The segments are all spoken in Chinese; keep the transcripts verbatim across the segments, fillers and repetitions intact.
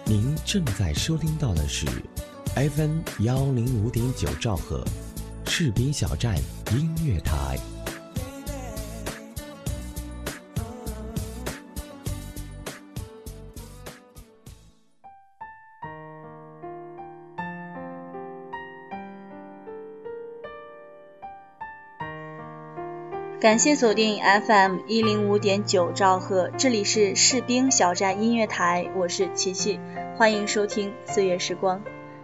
您正在收听到的是 F M 幺零五点九兆赫士兵小站音乐台。 感谢锁定 F M 一零五点九兆赫，这里是士兵小站音乐台，我是琪琪，欢迎收听岁月时光。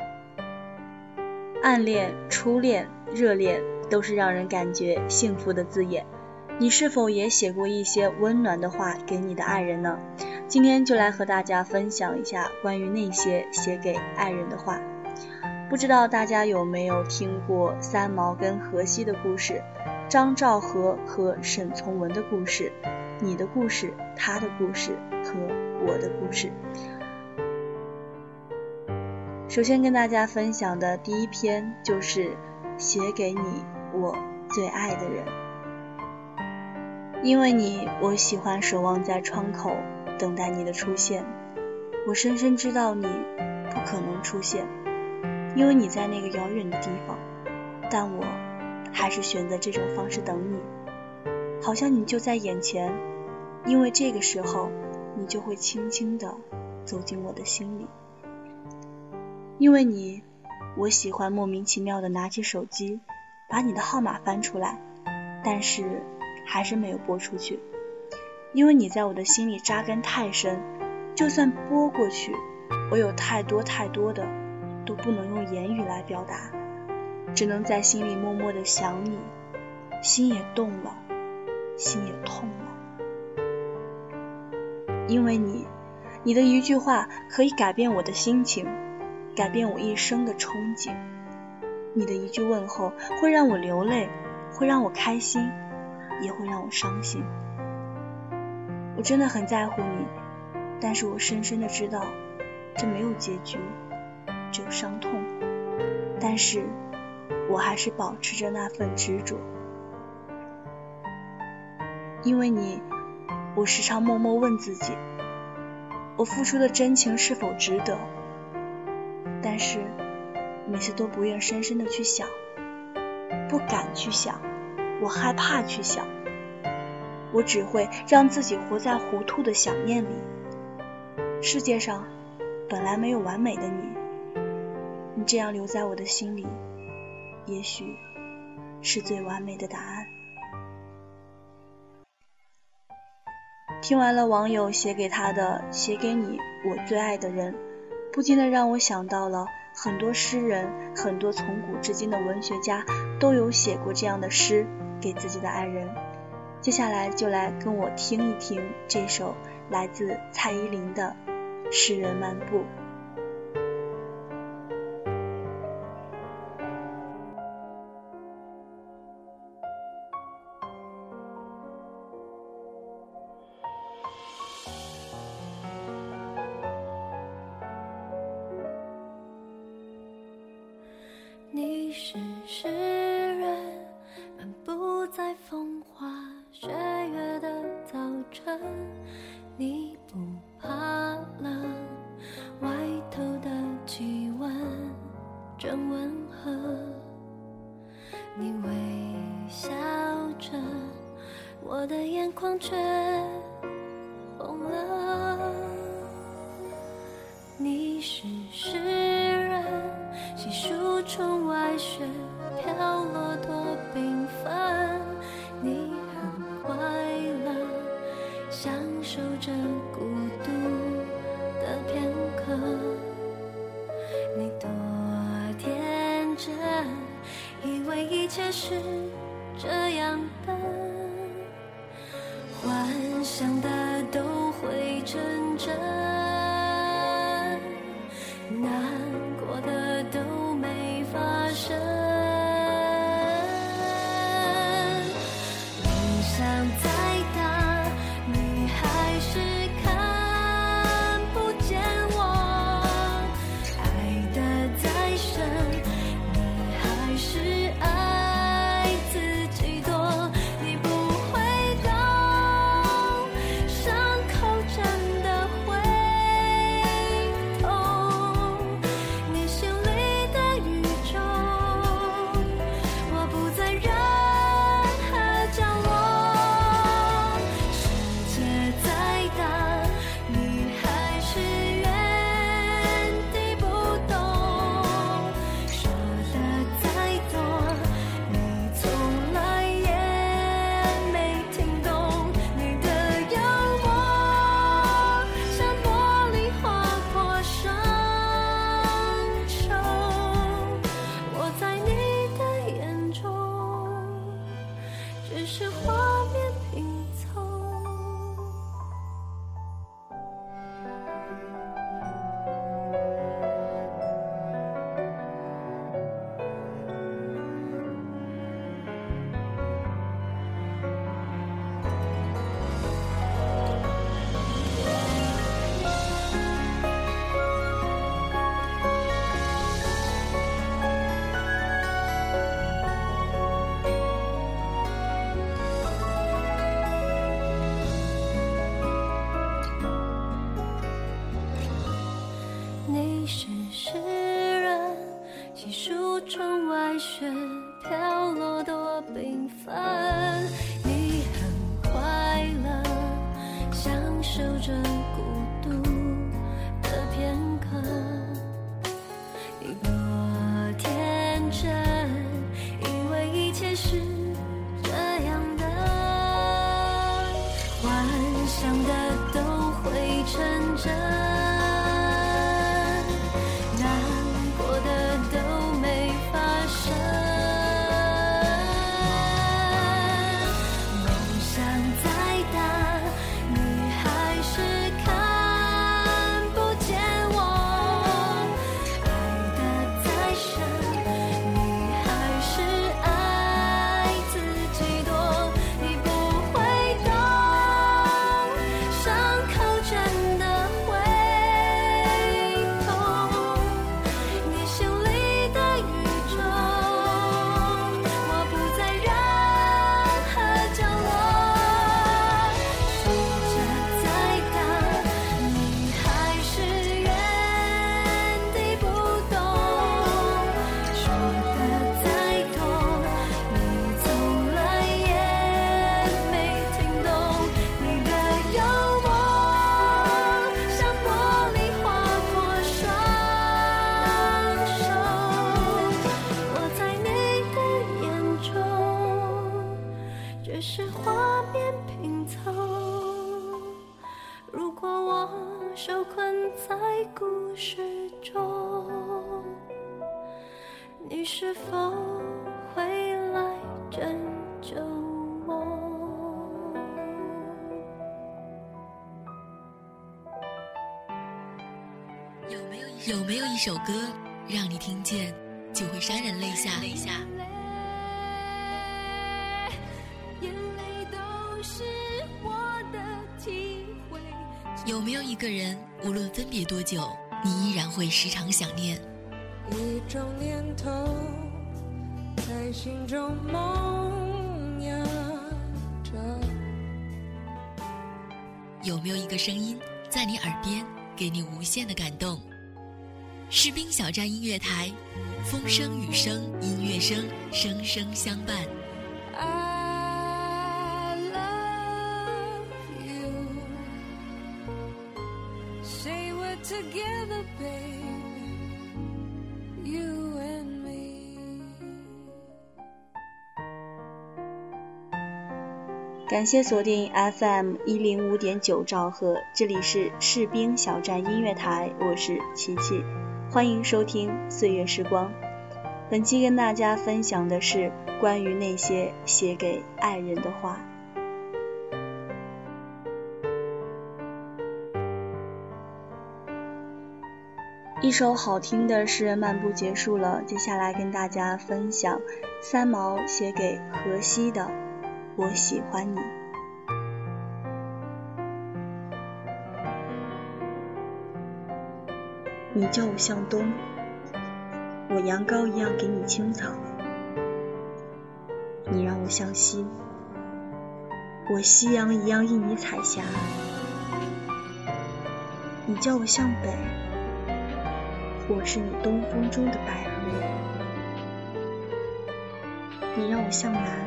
暗恋、初恋、热恋都是让人感觉幸福的字眼，你是否也写过一些温暖的话给你的爱人呢？今天就来和大家分享一下关于那些写给爱人的话。不知道大家有没有听过三毛跟荷西的故事，张兆和和沈从文的故事，你的故事，他的故事和我的故事。首先跟大家分享的第一篇就是写给你我最爱的人。因为你，我喜欢守望在窗口等待你的出现，我深深知道你不可能出现，因为你在那个遥远的地方，但我还是选择这种方式等你，好像你就在眼前，因为这个时候你就会轻轻地走进我的心里。因为你，我喜欢莫名其妙地拿起手机，把你的号码翻出来，但是还是没有拨出去，因为你在我的心里扎根太深，就算拨过去，我有太多太多的都不能用言语来表达，只能在心里默默地想你，心也动了，心也痛了。因为你，你的一句话可以改变我的心情，改变我一生的憧憬。你的一句问候会让我流泪，会让我开心，也会让我伤心。我真的很在乎你，但是我深深的知道这没有结局，只有伤痛，但是我还是保持着那份执着。因为你，我时常默默问自己，我付出的真情是否值得，但是每次都不愿深深的去想，不敢去想，我害怕去想，我只会让自己活在糊涂的想念里。世界上本来没有完美的你，你这样留在我的心里，也许是最完美的答案。听完了网友写给他的写给你我最爱的人，不禁的让我想到了很多诗人，很多从古至今的文学家都有写过这样的诗给自己的爱人。接下来就来跟我听一听这首来自蔡依林的《诗人漫步》。 你是诗人，漫步在风花雪月的早晨，你不怕冷，外头的气温真温和，你微笑着，我的眼眶却红了。你是诗人，细数窗外雪飘落多缤纷，你很快乐，享受着孤独的片刻。你多天真，以为一切是这样的，幻想的都会成真，难过的都没发生。梦想再大，你还是看不见我，爱得再深，你还是爱自己多。你不会懂伤你是诗人，细数窗外雪飘落多缤纷，你很快乐，享受着孤独的片刻，你多天真，以为一切是这样的，幻想的都会成真，难过的都没发生，梦想再大，你还是看不见我，爱得再深，你还是爱自己多，你不会懂，伤口真的会痛，你心里的宇宙，我不在任何角落，世界再大，你还是原地不动，说的再多，你从来也没听懂，你的幽默像茉莉划过双手，我在你的眼中只是画面拼凑，如果我受困在故事中，你是否会来拯救我？ 有没有一有没有一首歌让你听见就会潸然泪下？ 眼泪都是我的体会。 有没有一个人，无论分别多久，你依然会时常想念？ 一种念头在心中萌芽着。 有没有一个声音在你耳边，给你无限的感动？士兵小站音乐台，风声雨声音乐声，声声相伴。 I love you. Say we're together, baby. You and me. 感谢锁定 F M 一零五点九兆赫，这里是士兵小站音乐台，我是琪琪，欢迎收听岁月时光。本期跟大家分享的是关于那些写给爱人的话。一首好听的诗人漫步结束了，接下来跟大家分享三毛写给荷西的我喜欢你。你叫我向东，我羊羔一样给你青草，你让我向西，我夕阳一样印你彩霞。你叫我向北，我是你东风中的百合。你让我向南，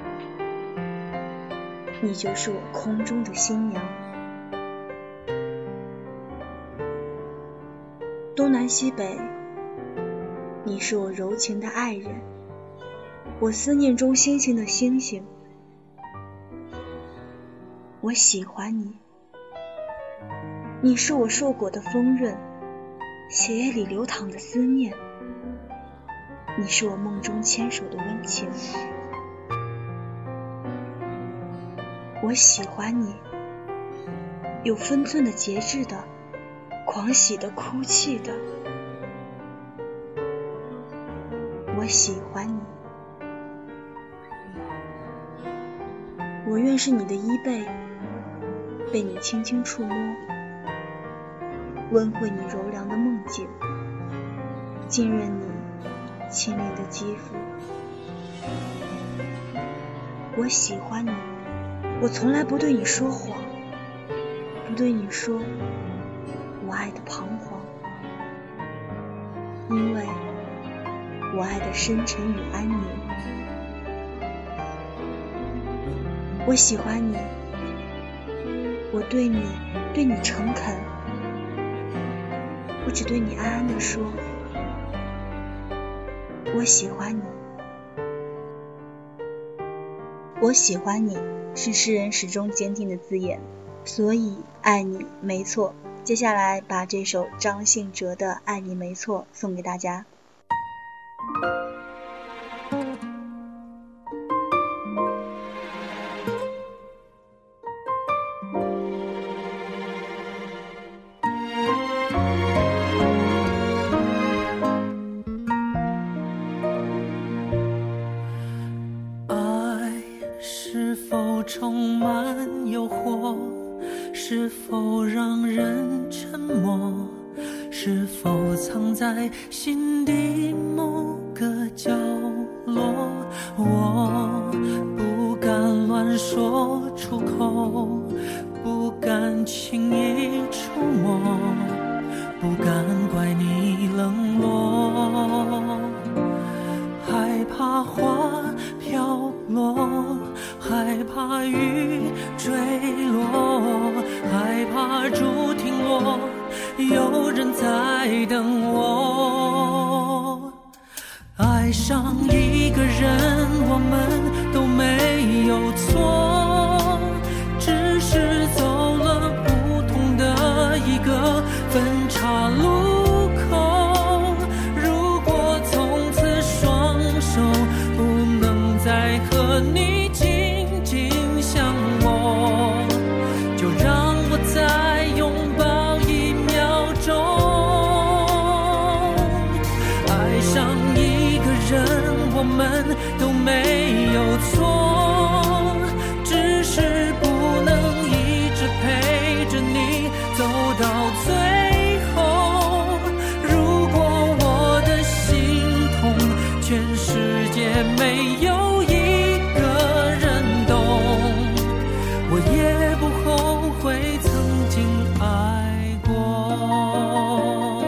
你就是我空中的新娘。东南西北，你是我柔情的爱人，我思念中星星的星星。我喜欢你，你是我受过的丰润，血液里流淌的思念。你是我梦中牵手的温情。我喜欢你，有分寸的、节制的，狂喜的、哭泣的。我喜欢你，我愿是你的衣背，被你轻轻触摸，温会你柔凉的梦境，浸润你清灵的肌肤。我喜欢你，我从来不对你说谎，不对你说我爱的彷徨。 因为我爱的深沉与安宁。我喜欢你，我对你对你诚恳，我只对你安安地说，我喜欢你。我喜欢你是诗人始终坚定的字眼，所以爱你没错。接下来把这首张信哲的《爱你没错》送给大家。 是否充满诱惑？是否让人沉默？是否藏在心底某个角落？我不敢乱说出口，不敢轻易触摸，不敢怪你冷落，害怕花飘落，害怕雨坠落，害怕竹停落，有人在等我。爱上一个人，我们都没有错，只是走了不同的一个分岔路口。如果从此双手不能再和你紧紧相握，就让我再拥抱一秒钟。爱上一个人，我们都没有错，只是不能一直陪着你走到最后。如果我的心痛，全世界没有一个人懂，我也不后悔曾经爱过。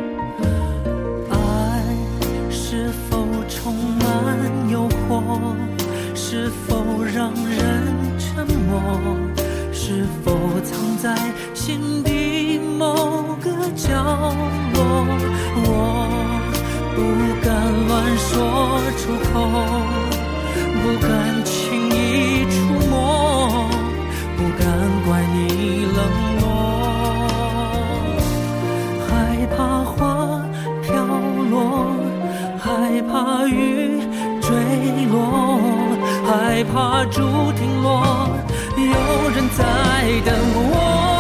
爱是否充满诱惑？是否让人沉默？是否藏在心底某个角落？我不敢乱说出口，不敢轻易触摸，不敢怪你冷落，害怕花飘落，害怕雨坠落，害怕竹停落，有人在等我。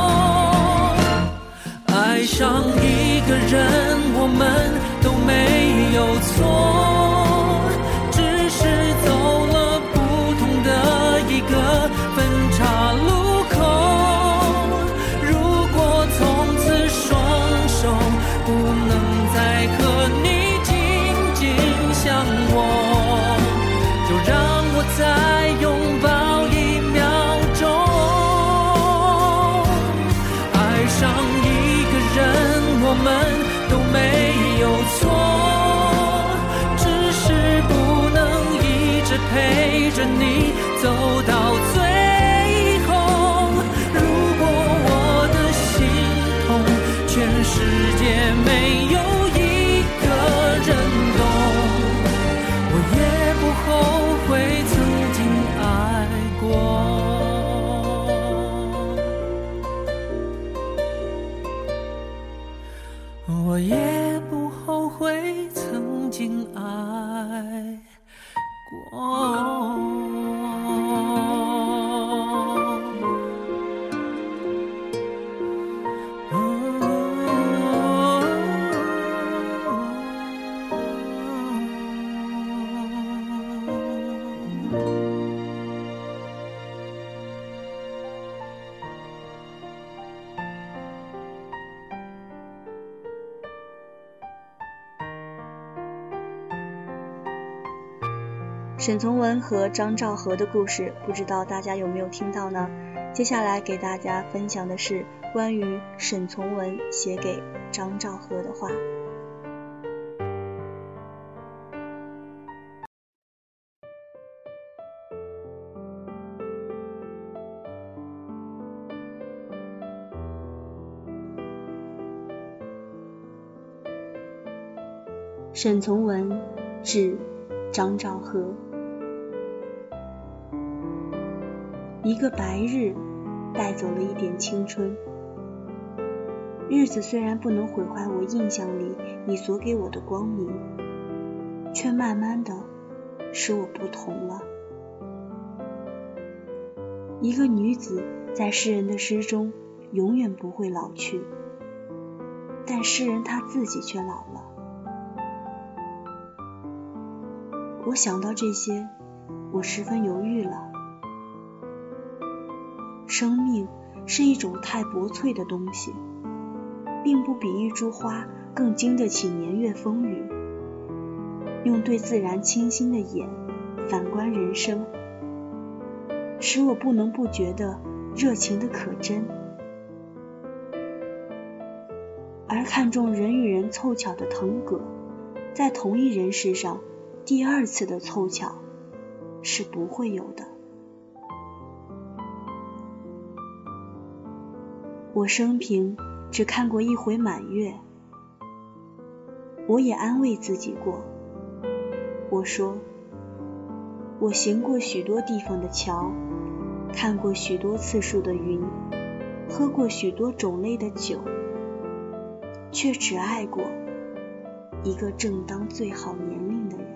爱上一个人，我们都没有错，只是走了不同的一个分岔路口。如果从此双手不能再和你紧紧相握，就让我再拥抱一秒钟。爱上一个人，我们都没有错，只是不能一直陪着你走到最后。如果我的心痛，全世界没有一个人懂，我也不后悔曾经爱过。我也不后悔曾经爱过。 沈从文和张兆和的故事，不知道大家有没有听到呢？接下来给大家分享的是关于沈从文写给张兆和的话。 沈从文致张兆和。一个白日带走了一点青春，日子虽然不能毁坏我印象里你所给我的光明，却慢慢的使我不同了。一个女子在诗人的诗中永远不会老去，但诗人他自己却老了。我想到这些，我十分犹豫了。生命是一种太薄脆的东西，并不比一株花更经得起年月风雨。用对自然清新的眼反观人生，使我不能不觉得热情的可真。而看重人与人凑巧的腾格，在同一人身上第二次的凑巧是不会有的。我生平只看过一回满月，我也安慰自己过，我说我行过许多地方的桥，看过许多次数的云，喝过许多种类的酒，却只爱过一个正当最好年龄的人。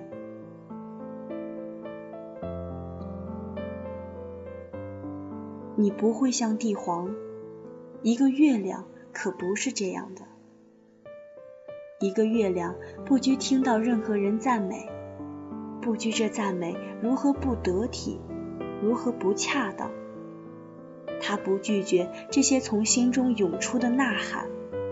你不会像帝皇，一个月亮可不是这样的。一个月亮不拘听到任何人赞美，不拘这赞美如何不得体，如何不恰当，他不拒绝这些从心中涌出的呐喊。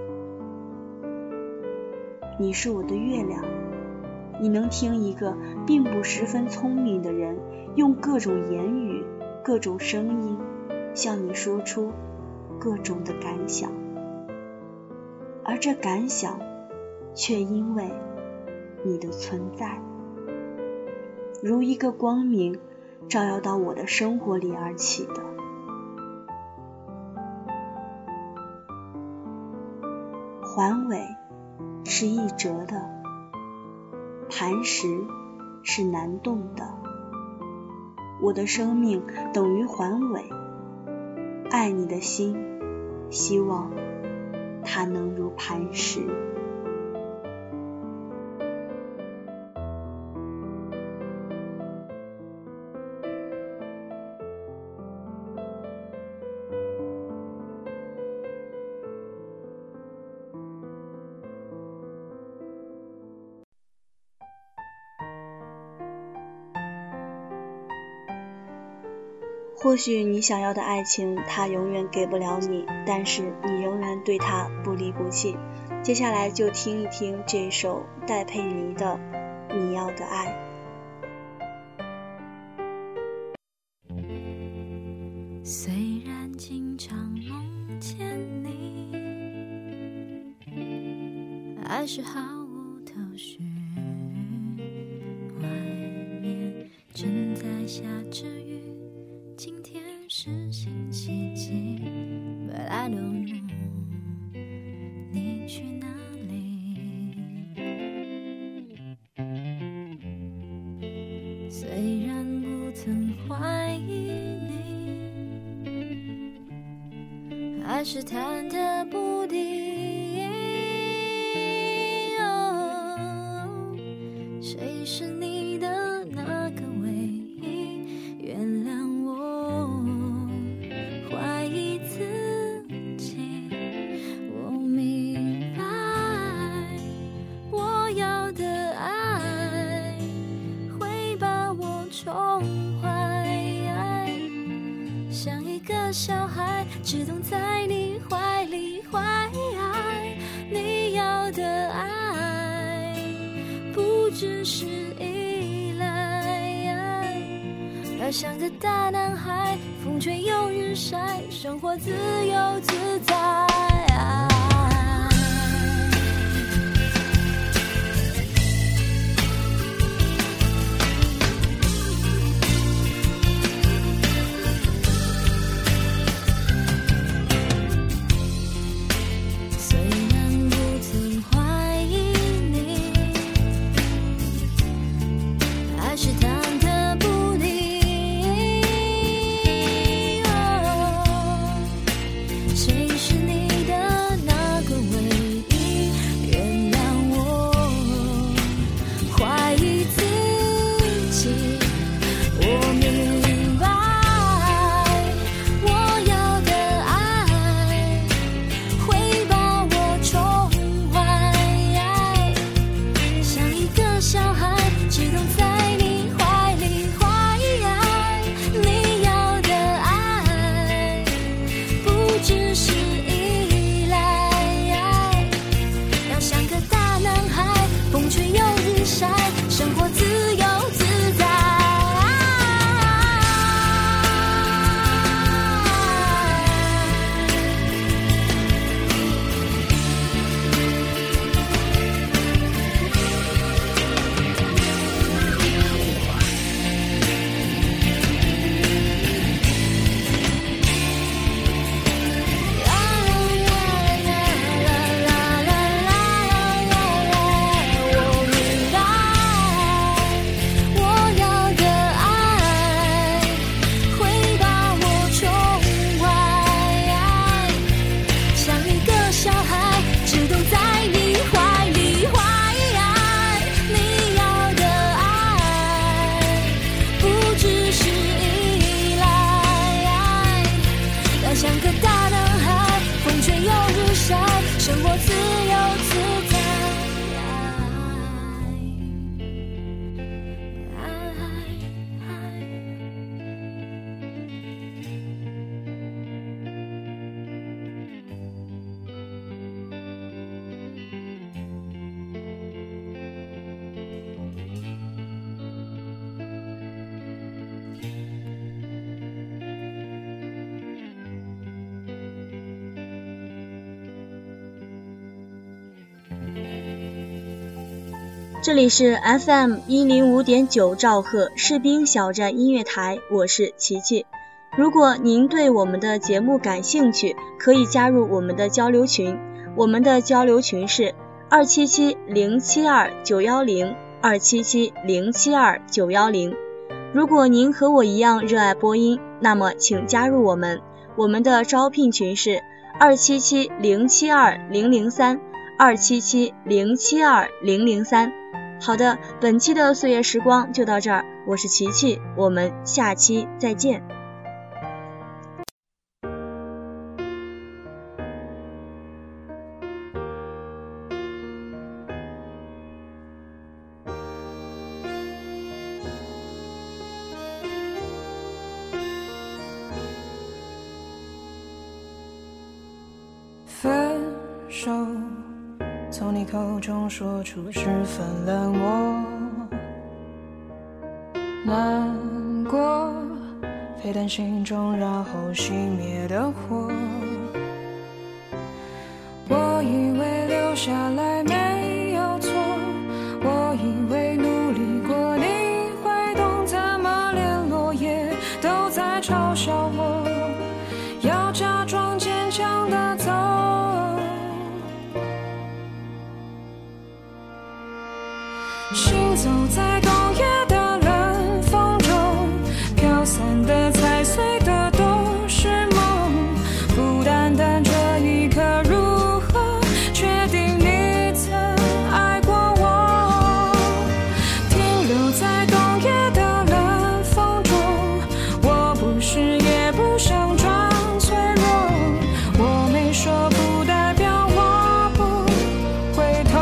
你是我的月亮，你能听一个并不十分聪明的人用各种言语、各种声音向你说出各种的感想，而这感想却因为你的存在，如一个光明照耀到我的生活里而起的。环尾是易折的，磐石是难动的。我的生命等于环尾，爱你的心，希望它能如磐石。或许你想要的爱情他永远给不了你，但是你仍然对他不离不弃。接下来就听一听这首戴佩妮的《你要的爱》。 虽然经常梦见你，爱是毫无头绪，外面正在下着雨，今天是星期几 But I don't know 你去哪里。虽然不曾怀疑你，还是忐忑不定、哦、谁是你的那个唯一，原谅我怀疑自己。我明白我要的爱会把我宠坏，像一个小孩只懂在你怀里怀爱。你要的爱不只是依赖，而像个大男孩，风吹又日晒，生活自由自在。虽然不曾怀疑你， 这里是 F M 一零五点九兆赫士兵小站音乐台，我是琪琪。如果您对我们的节目感兴趣，可以加入我们的交流群，我们的交流群是二七七零七二九一零 二七七零七二九一零。如果您和我一样热爱播音，那么请加入我们，我们的招聘群是二七七零七二零零三 二七七零七二零零三。好的，本期的岁月时光就到这儿，我是琪琪，我们下期再见。 分手从你口中说出十分冷漠，难过沸腾心中然后熄灭的火。我以为留下来没有错，我以为努力过你会懂，怎么连落叶都在嘲笑我，要假装坚强的走。行走在冬夜的冷风中，飘散的踩碎的都是梦，孤单单这一刻如何确定你曾爱过我，停留在冬夜的冷风中，我不是也不想装脆弱，我没说不代表我不会痛。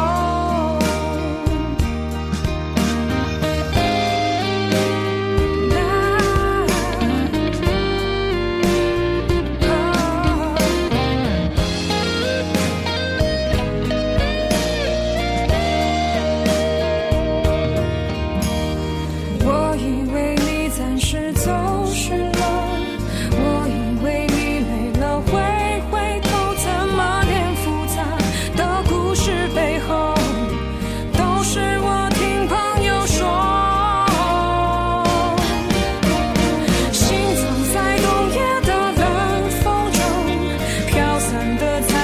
的